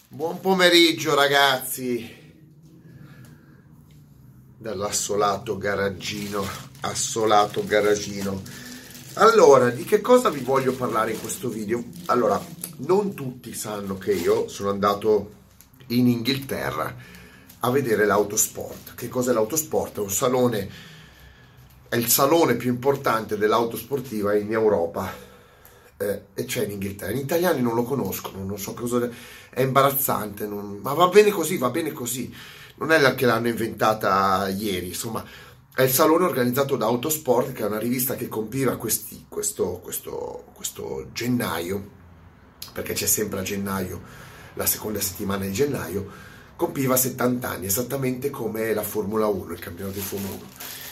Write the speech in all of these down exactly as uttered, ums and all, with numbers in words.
Buon pomeriggio ragazzi dall'assolato garagino, assolato garagino. Allora, di che cosa vi voglio parlare in questo video? Allora, non tutti sanno che io sono andato in Inghilterra a vedere l'autosport. Che cos'è l'autosport? È un salone, è il salone più importante dell'auto sportiva in Europa. Eh, e c'è in Inghilterra. Gli italiani non lo conoscono, non so cosa, è imbarazzante, non, ma va bene così, va bene così. Non è che l'hanno inventata ieri, insomma, è il salone organizzato da Autosport, che è una rivista che compiva questi, questo, questo, questo gennaio, perché c'è sempre a gennaio, la seconda settimana di gennaio, compiva settanta anni, esattamente come la Formula uno, il campionato di Formula uno.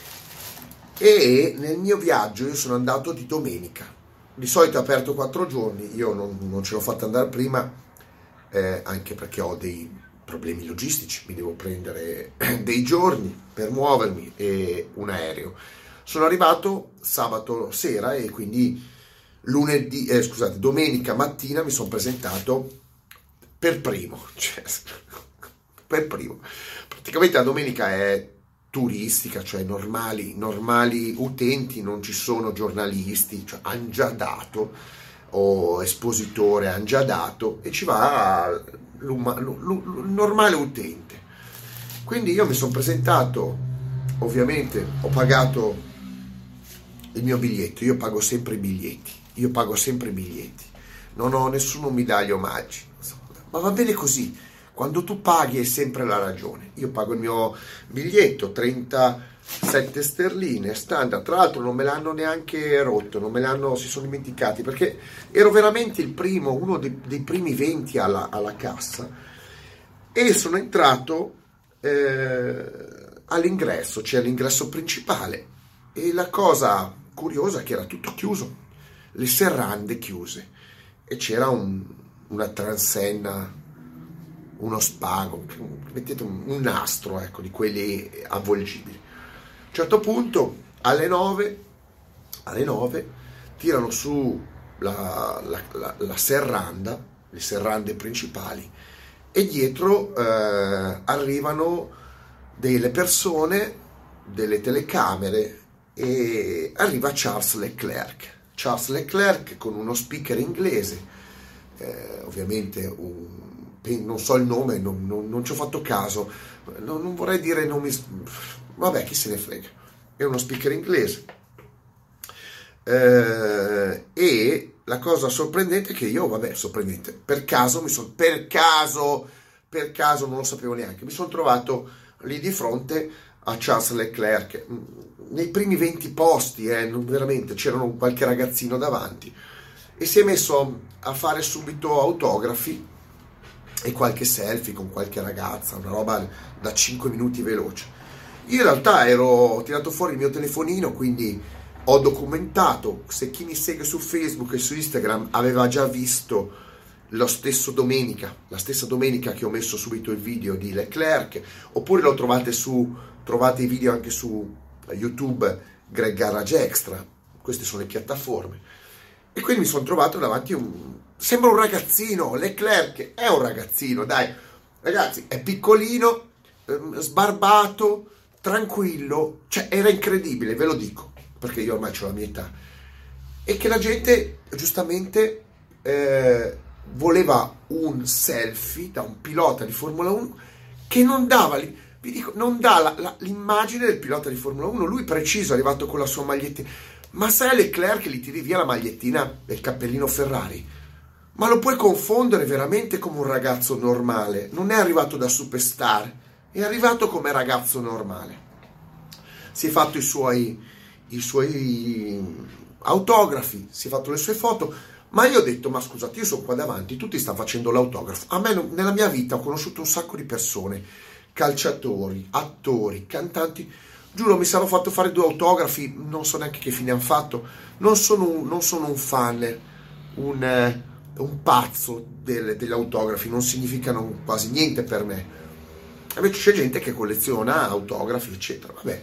E nel mio viaggio io sono andato di domenica. Di solito è aperto quattro giorni, io non, non ce l'ho fatta andare prima, eh, anche perché ho dei problemi logistici, mi devo prendere dei giorni per muovermi e un aereo. Sono arrivato sabato sera e quindi lunedì, eh, scusate, domenica mattina mi sono presentato per primo, cioè, per primo. Praticamente la domenica è turistica, cioè normali, normali utenti, non ci sono giornalisti, cioè hanno già dato, o espositore hanno già dato, e ci va il normale utente. Quindi io mi sono presentato, ovviamente ho pagato il mio biglietto, io pago sempre i biglietti, io pago sempre i biglietti, non ho nessuno mi dà gli omaggi, ma va bene così. Quando tu paghi è sempre la ragione. Io pago il mio biglietto, trentasette sterline, standard. Tra l'altro non me l'hanno neanche rotto, non me l'hanno, si sono dimenticati, perché ero veramente il primo, uno dei, dei primi venti alla, alla cassa, e sono entrato eh, all'ingresso, cioè all'ingresso principale, e la cosa curiosa è che era tutto chiuso, le serrande chiuse, e c'era un, una transenna, uno spago, mettete un, un nastro, ecco, di quelli avvolgibili. A un certo punto alle nove alle nove tirano su la, la, la, la serranda, le serrande principali, e dietro eh, arrivano delle persone, delle telecamere, e arriva Charles Leclerc Charles Leclerc con uno speaker inglese, eh, ovviamente un non so il nome, non, non, non ci ho fatto caso, non, non vorrei dire nomi, vabbè, chi se ne frega, è uno speaker inglese, eh, e la cosa sorprendente è che io, vabbè, sorprendente, per caso mi sono, per caso, per caso non lo sapevo neanche, mi sono trovato lì di fronte a Charles Leclerc, nei primi venti posti, eh, veramente, c'erano qualche ragazzino davanti, e si è messo a fare subito autografi e qualche selfie con qualche ragazza, una roba da cinque minuti veloce. Io in realtà ero ho tirato fuori il mio telefonino, quindi ho documentato. Se chi mi segue su Facebook e su Instagram aveva già visto lo stesso domenica, la stessa domenica che ho messo subito il video di Leclerc, oppure lo trovate su, trovate i video anche su YouTube, Greg Garage Extra, queste sono le piattaforme. E quindi mi sono trovato davanti a un... Sembra un ragazzino, Leclerc è un ragazzino, dai, ragazzi, è piccolino, ehm, sbarbato, tranquillo, cioè era incredibile, ve lo dico, perché io ormai ho la mia età, e che la gente, giustamente, eh, voleva un selfie da un pilota di Formula uno che non dava, vi dico, non dà la, la, l'immagine del pilota di Formula uno, lui preciso, è arrivato con la sua magliettina, ma sai a Leclerc che gli tiri via la magliettina e il cappellino Ferrari? Ma lo puoi confondere veramente come un ragazzo normale, non è arrivato da superstar, è arrivato come ragazzo normale. Si è fatto i suoi, i suoi autografi, si è fatto le sue foto, ma io ho detto, ma scusate, io sono qua davanti, tutti stanno facendo l'autografo. A me, nella mia vita, ho conosciuto un sacco di persone, calciatori, attori, cantanti, giuro, mi sarò fatto fare due autografi, non so neanche che fine hanno fatto, non sono un, non sono un fan, un... Eh, un pazzo delle, degli autografi, non significano quasi niente per me. Invece c'è gente che colleziona autografi, eccetera. Vabbè,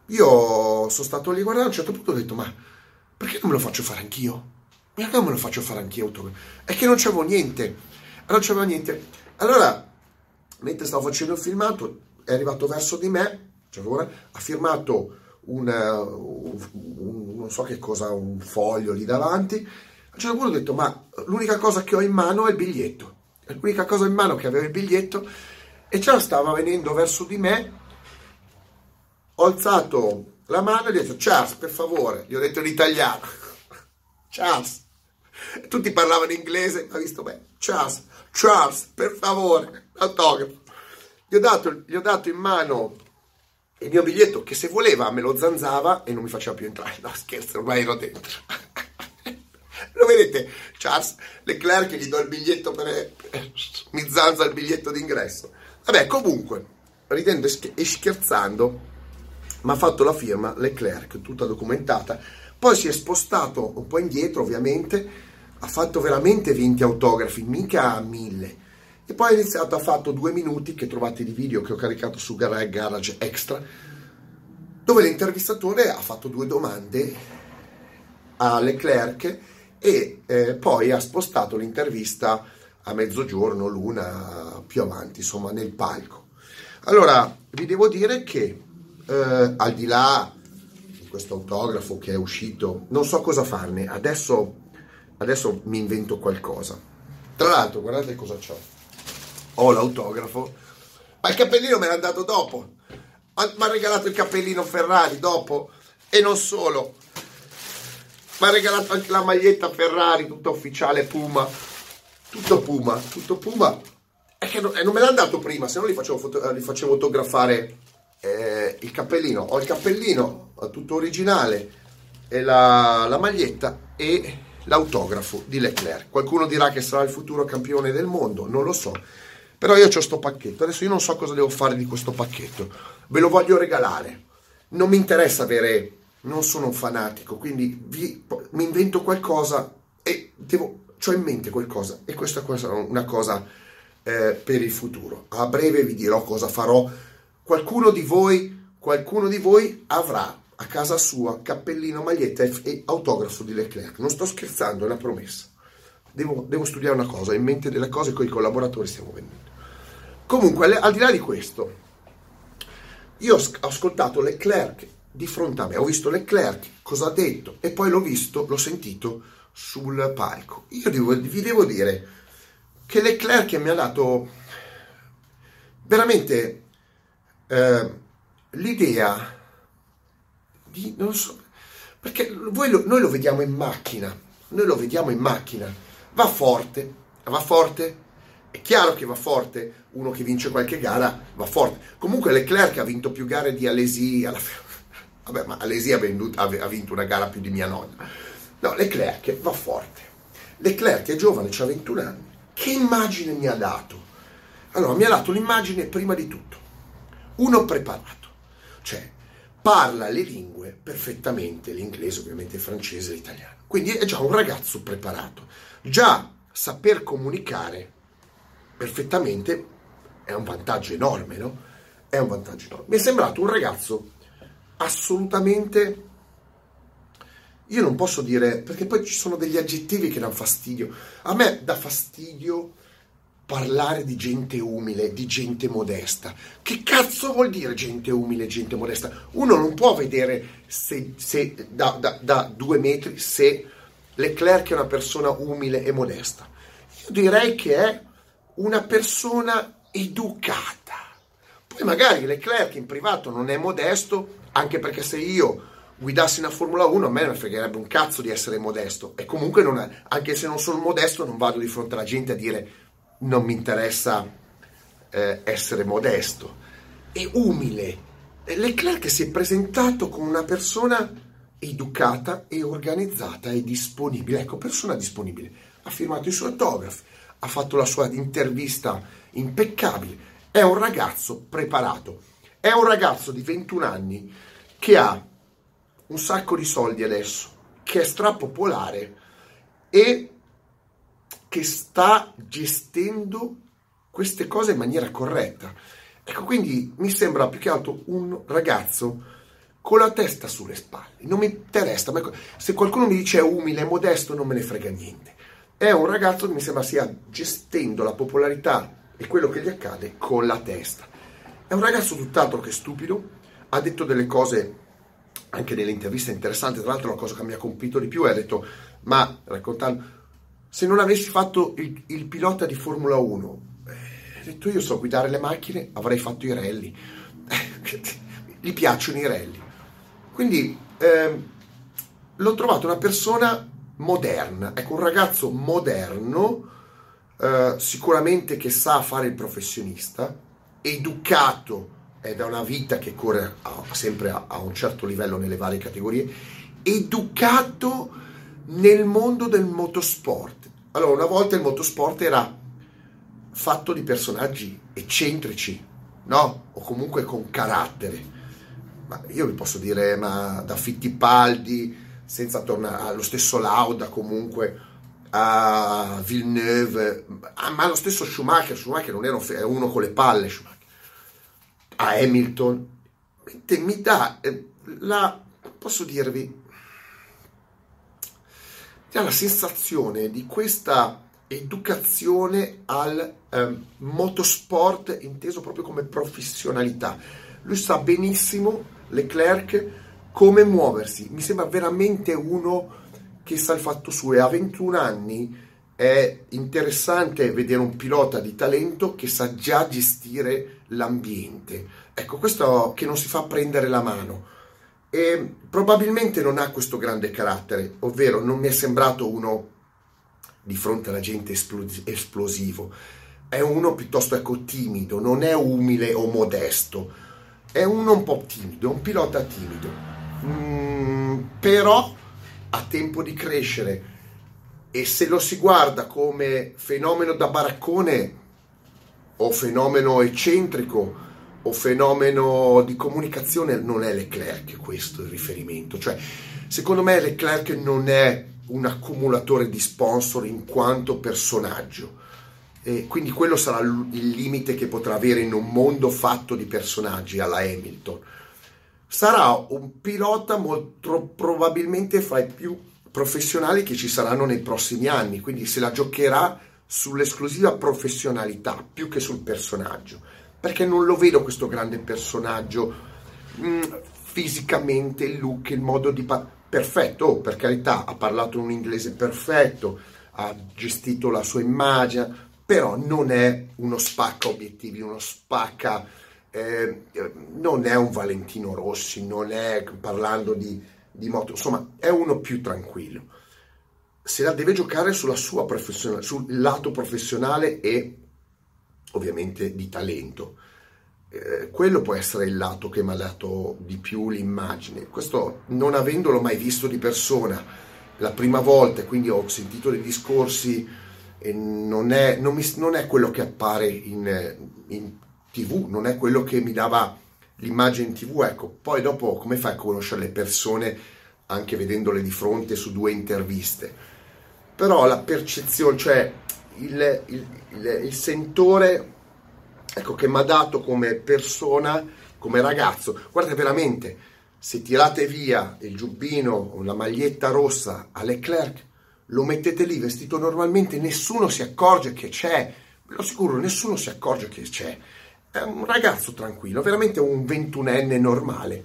io sono stato lì a guardare, a un certo punto ho detto, ma perché non me lo faccio fare anch'io? Perché non me lo faccio fare anch'io autografo? È che non c'avevo niente, non c'avevo niente. Allora, mentre stavo facendo il filmato, è arrivato verso di me, cioè, ha firmato un, un, un, non so che cosa, un foglio lì davanti. A un certo punto ho detto, ma l'unica cosa che ho in mano è il biglietto. L'unica cosa in mano che aveva il biglietto, e ciò stava venendo verso di me. Ho alzato la mano e gli ho detto, Charles, per favore, gli ho detto in italiano, Charles. Tutti parlavano inglese, ma visto beh, Charles, Charles, per favore, autografo. Gli ho dato, gli ho dato in mano il mio biglietto, che se voleva me lo zanzava e non mi faceva più entrare. No, scherzo, ormai ero dentro. Lo vedete? Charles Leclerc, gli do il biglietto per... mi zanza il biglietto d'ingresso. Vabbè, comunque, ridendo e scherzando, mi ha fatto la firma Leclerc, tutta documentata. Poi si è spostato un po' indietro, ovviamente, ha fatto veramente venti autografi, mica mille. E poi ha iniziato, ha fatto due minuti, che trovate di video che ho caricato su Garage Extra, dove l'intervistatore ha fatto due domande a Leclerc e eh, poi ha spostato l'intervista a mezzogiorno, l'una più avanti, insomma, nel palco. Allora, vi devo dire che eh, al di là di questo autografo che è uscito, non so cosa farne, adesso, adesso mi invento qualcosa. Tra l'altro, guardate cosa c'ho. Ho l'autografo, ma il cappellino me l'ha dato dopo. Mi ha regalato il cappellino Ferrari dopo, e non solo, mi ha regalato anche la maglietta Ferrari, tutta ufficiale, Puma, tutto Puma, tutto Puma, e che non, e non me l'ha dato prima, se no gli facevo, foto, gli facevo fotografare eh, il cappellino. Ho il cappellino tutto originale, e la, la maglietta e l'autografo di Leclerc. Qualcuno dirà che sarà il futuro campione del mondo, non lo so. Però io ho sto pacchetto, adesso io non so cosa devo fare di questo pacchetto, ve lo voglio regalare, non mi interessa avere, non sono un fanatico, quindi vi, mi invento qualcosa e devo, ho in mente qualcosa, e questa è una cosa eh, per il futuro. A breve vi dirò cosa farò. Qualcuno di voi, qualcuno di voi avrà a casa sua cappellino, maglietta e, e autografo di Leclerc, non sto scherzando, è una promessa. Devo, devo studiare una cosa, in mente delle cose con i collaboratori stiamo venendo. Comunque, al di là di questo, io ho ascoltato Leclerc di fronte a me, ho visto Leclerc, cosa ha detto, e poi l'ho visto, l'ho sentito sul palco. Io devo, vi devo dire che Leclerc mi ha dato veramente eh, l'idea di, non so, perché voi lo, noi lo vediamo in macchina, noi lo vediamo in macchina, va forte, va forte, è chiaro che va forte, uno che vince qualche gara va forte. Comunque Leclerc ha vinto più gare di Alesi, alla... vabbè, ma Alesi ha, venduto, ha vinto una gara più di mia nonna. No, Leclerc va forte. Leclerc è giovane, ha ventuno anni. Che immagine mi ha dato? Allora, mi ha dato l'immagine, prima di tutto, uno preparato, cioè parla le lingue perfettamente, l'inglese, ovviamente il francese e l'italiano. Quindi è già un ragazzo preparato. Già saper comunicare perfettamente è un vantaggio enorme, no? È un vantaggio enorme. Mi è sembrato un ragazzo assolutamente, io non posso dire, perché poi ci sono degli aggettivi che danno fastidio. A me dà fastidio parlare di gente umile, di gente modesta. Che cazzo vuol dire gente umile, gente modesta? Uno non può vedere se, se da, da, da due metri se Leclerc è una persona umile e modesta. Io direi che è una persona educata. Poi magari Leclerc in privato non è modesto, anche perché se io guidassi una Formula uno a me ne fregherebbe un cazzo di essere modesto, e comunque non è, anche se non sono modesto non vado di fronte alla gente a dire non mi interessa eh, essere modesto. È umile. Leclerc si è presentato come una persona educata e organizzata e disponibile. Ecco, persona disponibile. Ha firmato i suoi autografi, ha fatto la sua intervista impeccabile. È un ragazzo preparato. È un ragazzo di ventuno anni che ha un sacco di soldi adesso, che è strapopolare e che sta gestendo queste cose in maniera corretta. Ecco, quindi mi sembra più che altro un ragazzo con la testa sulle spalle. Non mi interessa, ma se qualcuno mi dice è umile, è modesto, non me ne frega niente. È un ragazzo che mi sembra stia gestendo la popolarità e quello che gli accade con la testa. È un ragazzo tutt'altro che stupido, ha detto delle cose anche nelle interviste interessanti. Tra l'altro la cosa che mi ha colpito di più è ha detto, ma raccontando, se non avessi fatto il, il pilota di Formula uno, eh, ha detto io so guidare le macchine, avrei fatto i rally. Gli piacciono i rally. Quindi eh, l'ho trovato una persona moderna, ecco, un ragazzo moderno, eh, sicuramente che sa fare il professionista, educato, è da una vita che corre a, sempre a, a un certo livello nelle varie categorie, educato nel mondo del motorsport. Allora, una volta il motorsport era fatto di personaggi eccentrici, no? O comunque con carattere. Ma io vi posso dire, ma da Fittipaldi, senza tornare allo stesso Lauda, comunque a Villeneuve, ma lo stesso Schumacher, Schumacher non era uno con le palle, Schumacher, a Hamilton, mi dà la, posso dirvi, mi dà la sensazione di questa educazione al um, motorsport inteso proprio come professionalità. Lui sa benissimo, Leclerc, come muoversi. Mi sembra veramente uno che sa il fatto suo, e a ventuno anni è interessante vedere un pilota di talento che sa già gestire l'ambiente. Ecco, questo che non si fa prendere la mano. E probabilmente non ha questo grande carattere, ovvero non mi è sembrato uno di fronte alla gente esplos- esplosivo. È uno piuttosto, ecco, timido, non è umile o modesto. È uno un po' timido, un pilota timido, mm, però ha tempo di crescere, e se lo si guarda come fenomeno da baraccone o fenomeno eccentrico o fenomeno di comunicazione, non è Leclerc questo il riferimento. Cioè, secondo me Leclerc non è un accumulatore di sponsor in quanto personaggio. E quindi quello sarà il limite che potrà avere in un mondo fatto di personaggi alla Hamilton. Sarà un pilota molto probabilmente fra i più professionali che ci saranno nei prossimi anni, quindi se la giocherà sull'esclusiva professionalità più che sul personaggio, perché non lo vedo questo grande personaggio mh, fisicamente, il look, il modo di pa- perfetto, oh, per carità, ha parlato un inglese perfetto, ha gestito la sua immagine, però non è uno spacca obiettivi, uno spacca, eh, non è un Valentino Rossi, non è, parlando di, di moto, insomma, è uno più tranquillo. Se la deve giocare sulla sua professionale, sul lato professionale e ovviamente di talento. Eh, quello può essere il lato che mi ha dato di più l'immagine. Questo, non avendolo mai visto di persona, la prima volta, quindi ho sentito dei discorsi, e non è, non, mi, non è quello che appare in, in tv, non è quello che mi dava l'immagine in tv, ecco. Poi dopo come fai a conoscere le persone anche vedendole di fronte su due interviste? Però la percezione, cioè il, il, il, il sentore, ecco, che mi ha dato come persona, come ragazzo. Guarda, veramente, se tirate via il giubbino o la maglietta rossa a Leclerc, lo mettete lì vestito normalmente, nessuno si accorge che c'è, ve lo assicuro, nessuno si accorge che c'è. È un ragazzo tranquillo, veramente un ventunenne normale.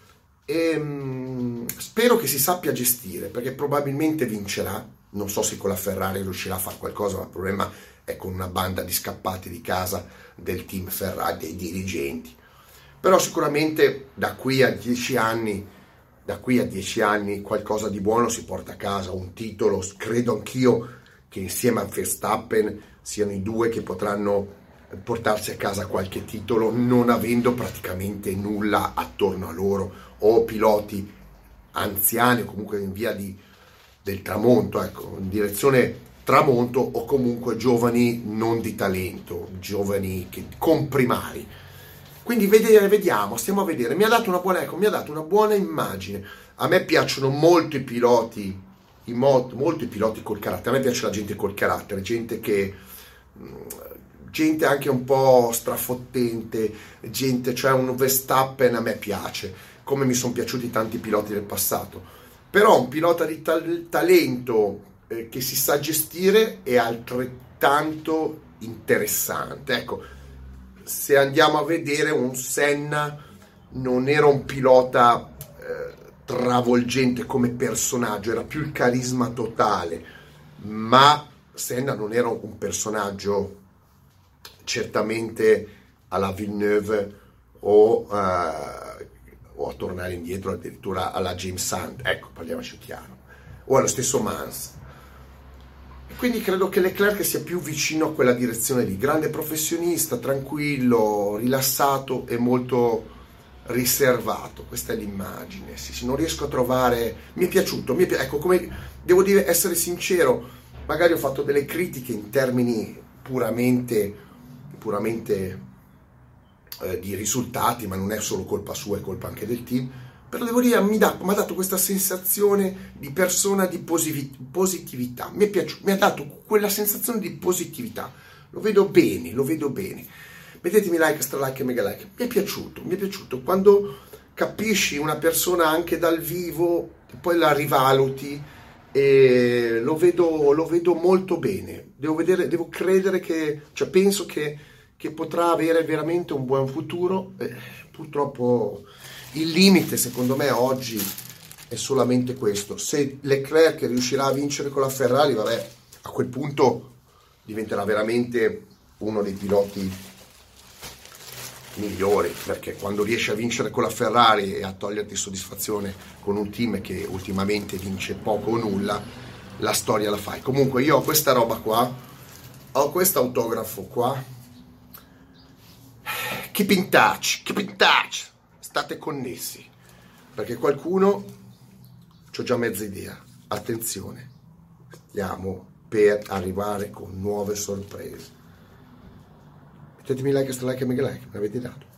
E, mh, spero che si sappia gestire, perché probabilmente vincerà. Non so se con la Ferrari riuscirà a fare qualcosa, ma il problema è con una banda di scappati di casa del team Ferrari, dei dirigenti. Però sicuramente da qui a dieci anni da qui a dieci anni qualcosa di buono si porta a casa, un titolo. Credo anch'io che insieme a Verstappen siano i due che potranno portarsi a casa qualche titolo, non avendo praticamente nulla attorno a loro, o piloti anziani o comunque in via di, del tramonto, ecco, in direzione tramonto, o comunque giovani non di talento, giovani che, comprimari. Quindi vedere, vediamo, stiamo a vedere. Mi ha dato una buona, ecco, mi ha dato una buona immagine. A me piacciono molto i piloti, i mod, molto i piloti col carattere. A me piace la gente col carattere, gente che, gente anche un po' strafottente, gente, cioè un Verstappen a me piace, come mi sono piaciuti tanti piloti del passato. Però un pilota di tal- talento eh, che si sa gestire è altrettanto interessante. Ecco, se andiamo a vedere, un Senna non era un pilota eh, travolgente come personaggio, era più il carisma totale, ma Senna non era un personaggio certamente alla Villeneuve o, uh, o a tornare indietro addirittura alla James Hunt, ecco, parliamoci chiaro, o allo stesso Mans. Quindi credo che Leclerc sia più vicino a quella direzione lì, grande professionista, tranquillo, rilassato e molto riservato. Questa è l'immagine. Sì, sì, non riesco a trovare, mi è piaciuto, mi è pi... ecco, come devo dire, essere sincero, magari ho fatto delle critiche in termini puramente puramente eh, di risultati, ma non è solo colpa sua, è colpa anche del team. Però devo dire, mi, da, mi ha dato questa sensazione di persona di posit- positività, mi è piaciuto, mi ha dato quella sensazione di positività, lo vedo bene, lo vedo bene. Mettetemi like, stra like e mega like, mi è piaciuto, mi è piaciuto, quando capisci una persona anche dal vivo, e poi la rivaluti, e lo vedo, lo vedo molto bene, devo vedere, devo credere che, cioè penso che, che potrà avere veramente un buon futuro. Eh, purtroppo il limite secondo me oggi è solamente questo: se Leclerc riuscirà a vincere con la Ferrari, vabbè, a quel punto diventerà veramente uno dei piloti migliori, perché quando riesci a vincere con la Ferrari e a toglierti soddisfazione con un team che ultimamente vince poco o nulla, la storia la fai. Comunque io ho questa roba qua, ho questo autografo qua, keep in touch, keep in touch, state connessi, perché qualcuno, c'ho già mezza idea, attenzione, stiamo per arrivare con nuove sorprese. Mettetemi like, stra like e mega like, me l'avete dato.